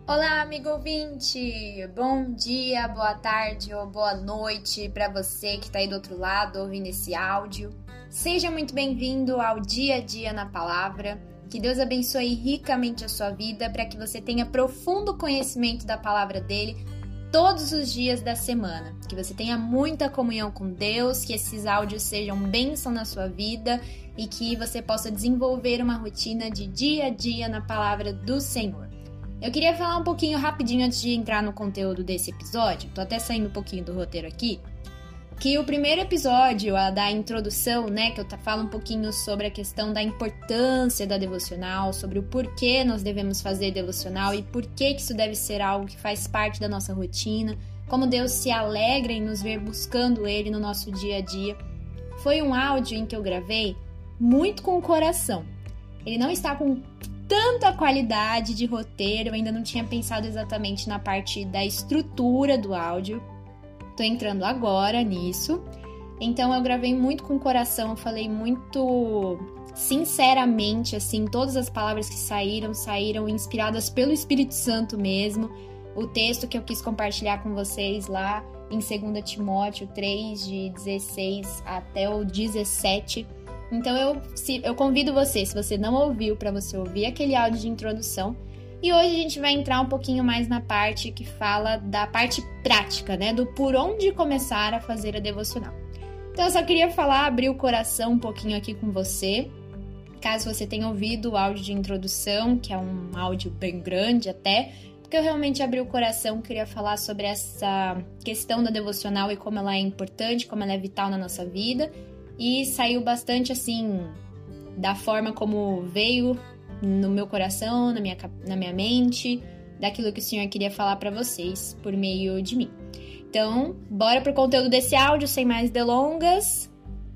Olá, amigo ouvinte! Bom dia, boa tarde ou boa noite para você que está aí do outro lado ouvindo esse áudio. Seja muito bem-vindo ao Dia a Dia na Palavra. Que Deus abençoe ricamente a sua vida para que você tenha profundo conhecimento da palavra dele todos os dias da semana. Que você tenha muita comunhão com Deus, que esses áudios sejam bênção na sua vida e que você possa desenvolver uma rotina de dia a dia na palavra do Senhor. Eu queria falar um pouquinho rapidinho antes de entrar no conteúdo desse episódio, tô até saindo um pouquinho do roteiro aqui, que o primeiro episódio, a da introdução, que eu falo um pouquinho sobre a questão da importância da devocional, sobre o porquê nós devemos fazer devocional e por que isso deve ser algo que faz parte da nossa rotina, como Deus se alegra em nos ver buscando Ele no nosso dia a dia. Foi um áudio em que eu gravei muito com o coração. Ele não está com tanta qualidade de roteiro, eu ainda não tinha pensado exatamente na parte da estrutura do áudio. Tô entrando agora nisso. Então eu gravei muito com o coração, eu falei muito sinceramente, assim, todas as palavras que saíram inspiradas pelo Espírito Santo mesmo. O texto que eu quis compartilhar com vocês lá em 2 Timóteo 3, de 16 até o 17. Então eu convido você, se você não ouviu, para você ouvir aquele áudio de introdução. E hoje a gente vai entrar um pouquinho mais na parte que fala da parte prática, do por onde começar a fazer a devocional. Então eu só queria abrir o coração um pouquinho aqui com você. Caso você tenha ouvido o áudio de introdução, que é um áudio bem grande até, porque eu realmente abri o coração, queria falar sobre essa questão da devocional e como ela é importante, como ela é vital na nossa vida. E saiu bastante assim, da forma como veio no meu coração, na minha mente, daquilo que o Senhor queria falar para vocês por meio de mim. Então, bora pro conteúdo desse áudio, sem mais delongas.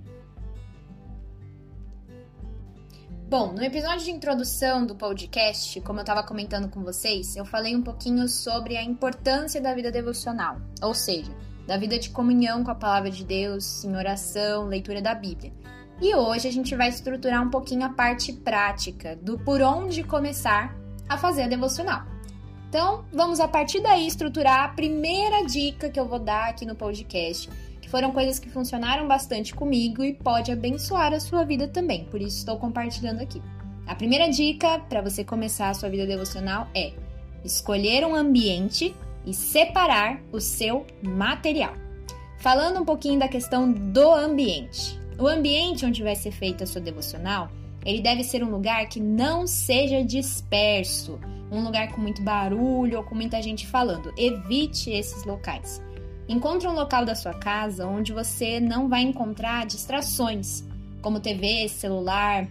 Bom, no episódio de introdução do podcast, como eu estava comentando com vocês, eu falei um pouquinho sobre a importância da vida devocional, ou seja, da vida de comunhão com a palavra de Deus, em oração, leitura da Bíblia. E hoje a gente vai estruturar um pouquinho a parte prática do por onde começar a fazer a devocional. Então, vamos a partir daí estruturar a primeira dica que eu vou dar aqui no podcast, que foram coisas que funcionaram bastante comigo e pode abençoar a sua vida também, por isso estou compartilhando aqui. A primeira dica para você começar a sua vida devocional é escolher um ambiente e separar o seu material. Falando um pouquinho da questão do ambiente. O ambiente onde vai ser feita a sua devocional, ele deve ser um lugar que não seja disperso, um lugar com muito barulho ou com muita gente falando. Evite esses locais. Encontre um local da sua casa onde você não vai encontrar distrações, como TV, celular,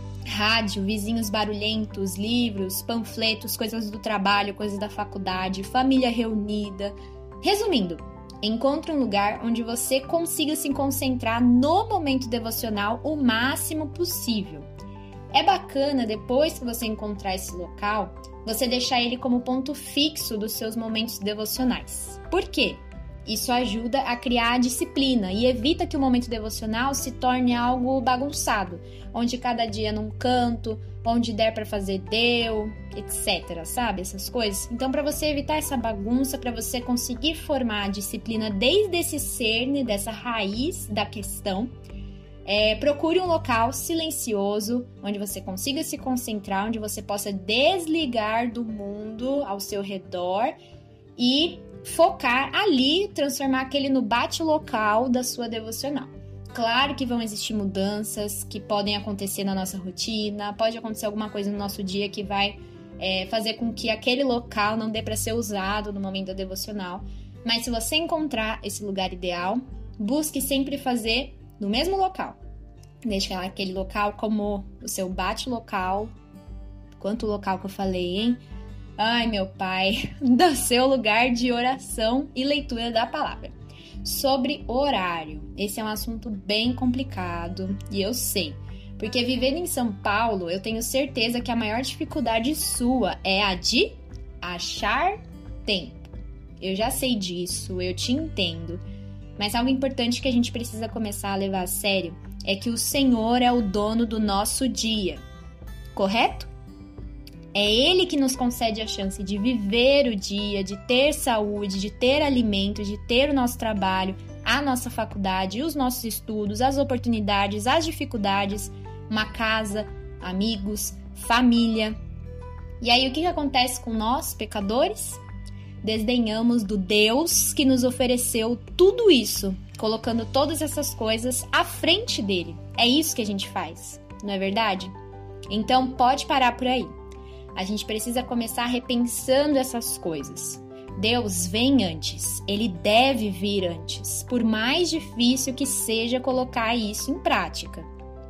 rádio, vizinhos barulhentos, livros, panfletos, coisas do trabalho, coisas da faculdade, família reunida. Resumindo, encontre um lugar onde você consiga se concentrar no momento devocional o máximo possível. É bacana, depois que você encontrar esse local, você deixar ele como ponto fixo dos seus momentos devocionais. Por quê? Isso ajuda a criar a disciplina e evita que o momento devocional se torne algo bagunçado, onde cada dia num canto, onde der para fazer deu, etc, sabe? Essas coisas. Então, para você evitar essa bagunça, para você conseguir formar a disciplina desde esse cerne, dessa raiz da questão, procure um local silencioso, onde você consiga se concentrar, onde você possa desligar do mundo ao seu redor e focar ali, transformar aquele no bate-local da sua devocional. Claro que vão existir mudanças que podem acontecer na nossa rotina, pode acontecer alguma coisa no nosso dia que vai fazer com que aquele local não dê para ser usado no momento da devocional. Mas se você encontrar esse lugar ideal, busque sempre fazer no mesmo local. Deixe aquele local como o seu bate-local. Quanto local que eu falei, hein? Ai, meu pai, do seu lugar de oração e leitura da palavra. Sobre horário, esse é um assunto bem complicado e eu sei, porque vivendo em São Paulo, eu tenho certeza que a maior dificuldade sua é a de achar tempo. Eu já sei disso, eu te entendo, mas algo importante que a gente precisa começar a levar a sério é que o Senhor é o dono do nosso dia, correto? É Ele que nos concede a chance de viver o dia, de ter saúde, de ter alimento, de ter o nosso trabalho, a nossa faculdade, os nossos estudos, as oportunidades, as dificuldades, uma casa, amigos, família. E aí o que acontece com nós, pecadores? Desdenhamos do Deus que nos ofereceu tudo isso, colocando todas essas coisas à frente dele. É isso que a gente faz, não é verdade? Então pode parar por aí. A gente precisa começar repensando essas coisas. Deus vem antes, Ele deve vir antes, por mais difícil que seja colocar isso em prática.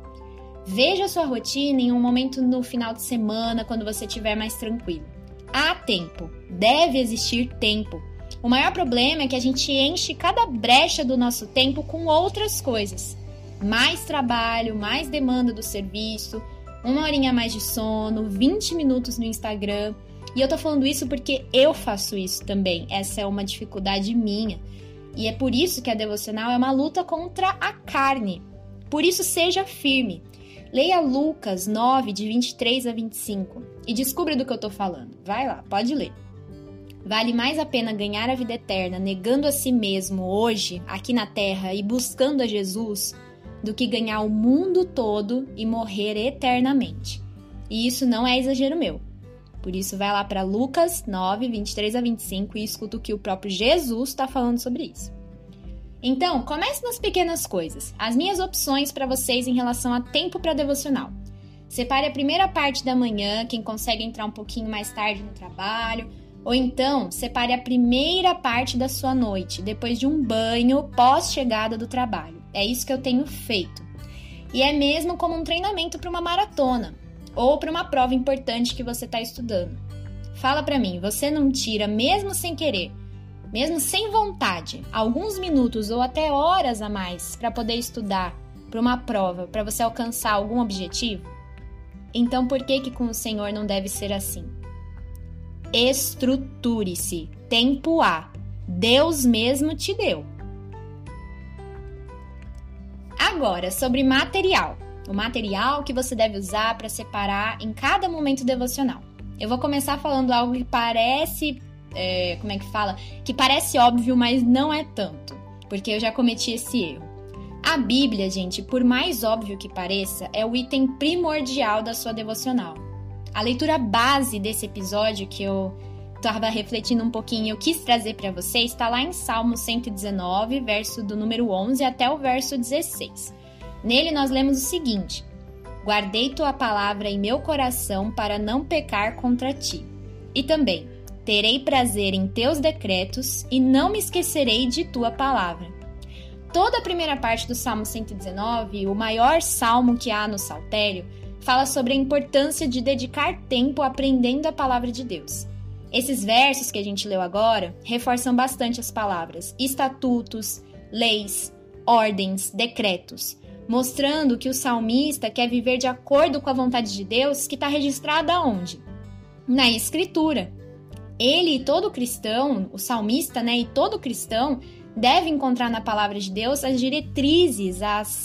Veja a sua rotina em um momento no final de semana, quando você estiver mais tranquilo. Há tempo, deve existir tempo. O maior problema é que a gente enche cada brecha do nosso tempo com outras coisas. Mais trabalho, mais demanda do serviço, 1 horinha a mais de sono, 20 minutos no Instagram. E eu tô falando isso porque eu faço isso também. Essa é uma dificuldade minha. E é por isso que a devocional é uma luta contra a carne. Por isso, seja firme. Leia Lucas 9, de 23 a 25 e descubra do que eu tô falando. Vai lá, pode ler. Vale mais a pena ganhar a vida eterna negando a si mesmo hoje, aqui na terra, e buscando a Jesus, do que ganhar o mundo todo e morrer eternamente. E isso não é exagero meu. Por isso, vai lá para Lucas 9, 23 a 25 e escuta o que o próprio Jesus está falando sobre isso. Então, comece nas pequenas coisas. As minhas opções para vocês em relação a tempo para devocional. Separe a primeira parte da manhã, quem consegue entrar um pouquinho mais tarde no trabalho. Ou então, separe a primeira parte da sua noite, depois de um banho pós-chegada do trabalho. É isso que eu tenho feito. E é mesmo como um treinamento para uma maratona ou para uma prova importante que você está estudando. Fala para mim, você não tira, mesmo sem querer, mesmo sem vontade, alguns minutos ou até horas a mais para poder estudar para uma prova, para você alcançar algum objetivo? Então por que com o Senhor não deve ser assim? Estruture-se, tempo há, Deus mesmo te deu. Agora, sobre material. O material que você deve usar para separar em cada momento devocional. Eu vou começar falando algo que parece, que parece óbvio, mas não é tanto, porque eu já cometi esse erro. A Bíblia, gente, por mais óbvio que pareça, é o item primordial da sua devocional. A leitura base desse episódio que eu estava refletindo um pouquinho, eu quis trazer para vocês, está lá em Salmo 119, verso do número 11 até o verso 16. Nele nós lemos o seguinte: guardei tua palavra em meu coração para não pecar contra ti. E também, terei prazer em teus decretos e não me esquecerei de tua palavra. Toda a primeira parte do Salmo 119, o maior salmo que há no Saltério, fala sobre a importância de dedicar tempo aprendendo a palavra de Deus. Esses versos que a gente leu agora reforçam bastante as palavras estatutos, leis, ordens, decretos, mostrando que o salmista quer viver de acordo com a vontade de Deus, que está registrada onde? Na Escritura. Ele e todo cristão, o salmista, e todo cristão, deve encontrar na palavra de Deus as diretrizes,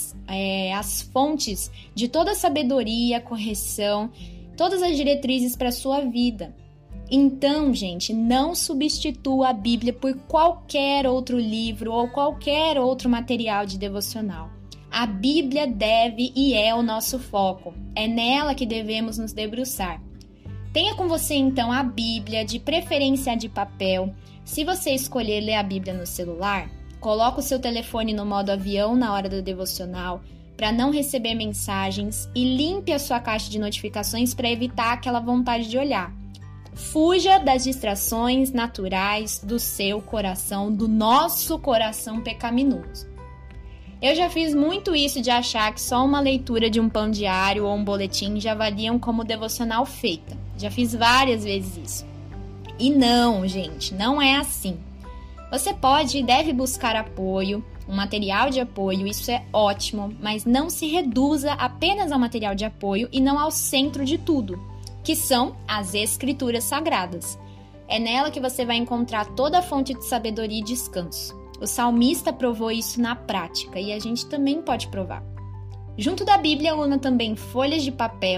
as fontes de toda a sabedoria, correção, todas as diretrizes para a sua vida. Então, gente, não substitua a Bíblia por qualquer outro livro ou qualquer outro material de devocional. A Bíblia deve e é o nosso foco. É nela que devemos nos debruçar. Tenha com você, então, a Bíblia, de preferência de papel. Se você escolher ler a Bíblia no celular, coloque o seu telefone no modo avião na hora do devocional para não receber mensagens e limpe a sua caixa de notificações para evitar aquela vontade de olhar. Fuja das distrações naturais do seu coração, do nosso coração pecaminoso. Eu já fiz muito isso de achar que só uma leitura de um pão diário ou um boletim já valiam como devocional feita. Já fiz várias vezes isso. E não, gente, não é assim. Você pode e deve buscar apoio, um material de apoio, isso é ótimo, mas não se reduza apenas ao material de apoio e não ao centro de tudo, que são as Escrituras Sagradas. É nela que você vai encontrar toda a fonte de sabedoria e descanso. O salmista provou isso na prática e a gente também pode provar. Junto da Bíblia, una também folhas de papel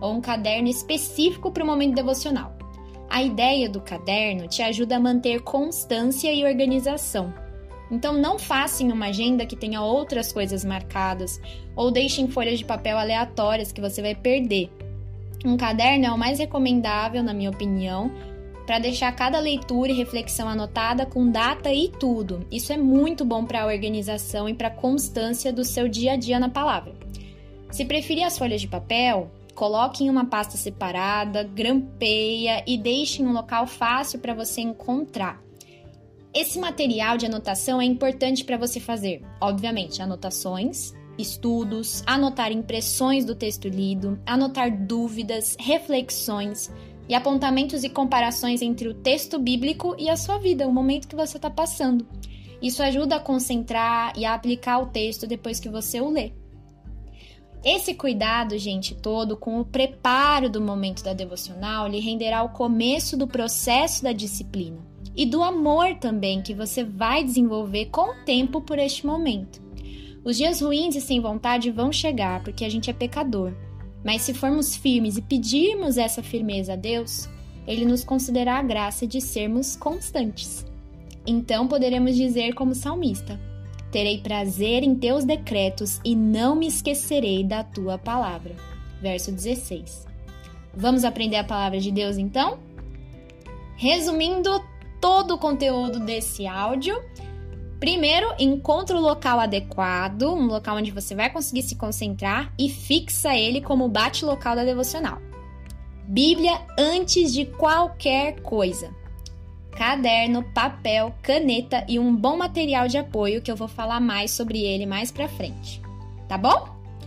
ou um caderno específico para o momento devocional. A ideia do caderno te ajuda a manter constância e organização. Então não faça em uma agenda que tenha outras coisas marcadas ou deixe em folhas de papel aleatórias que você vai perder. Um caderno é o mais recomendável, na minha opinião, para deixar cada leitura e reflexão anotada com data e tudo. Isso é muito bom para a organização e para a constância do seu dia a dia na palavra. Se preferir as folhas de papel, coloque em uma pasta separada, grampeia e deixe em um local fácil para você encontrar. Esse material de anotação é importante para você fazer, obviamente, anotações, estudos, anotar impressões do texto lido, anotar dúvidas, reflexões e apontamentos e comparações entre o texto bíblico e a sua vida, o momento que você está passando. Isso ajuda a concentrar e a aplicar o texto depois que você o lê. Esse cuidado, gente, todo com o preparo do momento da devocional lhe renderá o começo do processo da disciplina e do amor também que você vai desenvolver com o tempo por este momento. Os dias ruins e sem vontade vão chegar porque a gente é pecador, mas se formos firmes e pedirmos essa firmeza a Deus, Ele nos concederá a graça de sermos constantes. Então poderemos dizer como salmista: terei prazer em teus decretos e não me esquecerei da tua palavra. Verso 16. Vamos aprender a palavra de Deus então? Resumindo todo o conteúdo desse áudio, primeiro, encontre o local adequado, um local onde você vai conseguir se concentrar e fixa ele como bate-local da devocional. Bíblia antes de qualquer coisa. Caderno, papel, caneta e um bom material de apoio que eu vou falar mais sobre ele mais pra frente. Tá bom?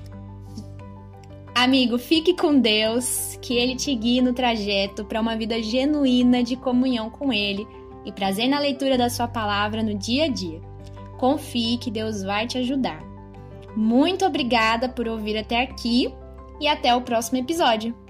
Amigo, fique com Deus, que Ele te guie no trajeto para uma vida genuína de comunhão com Ele e prazer na leitura da sua palavra no dia a dia. Confie que Deus vai te ajudar. Muito obrigada por ouvir até aqui e até o próximo episódio.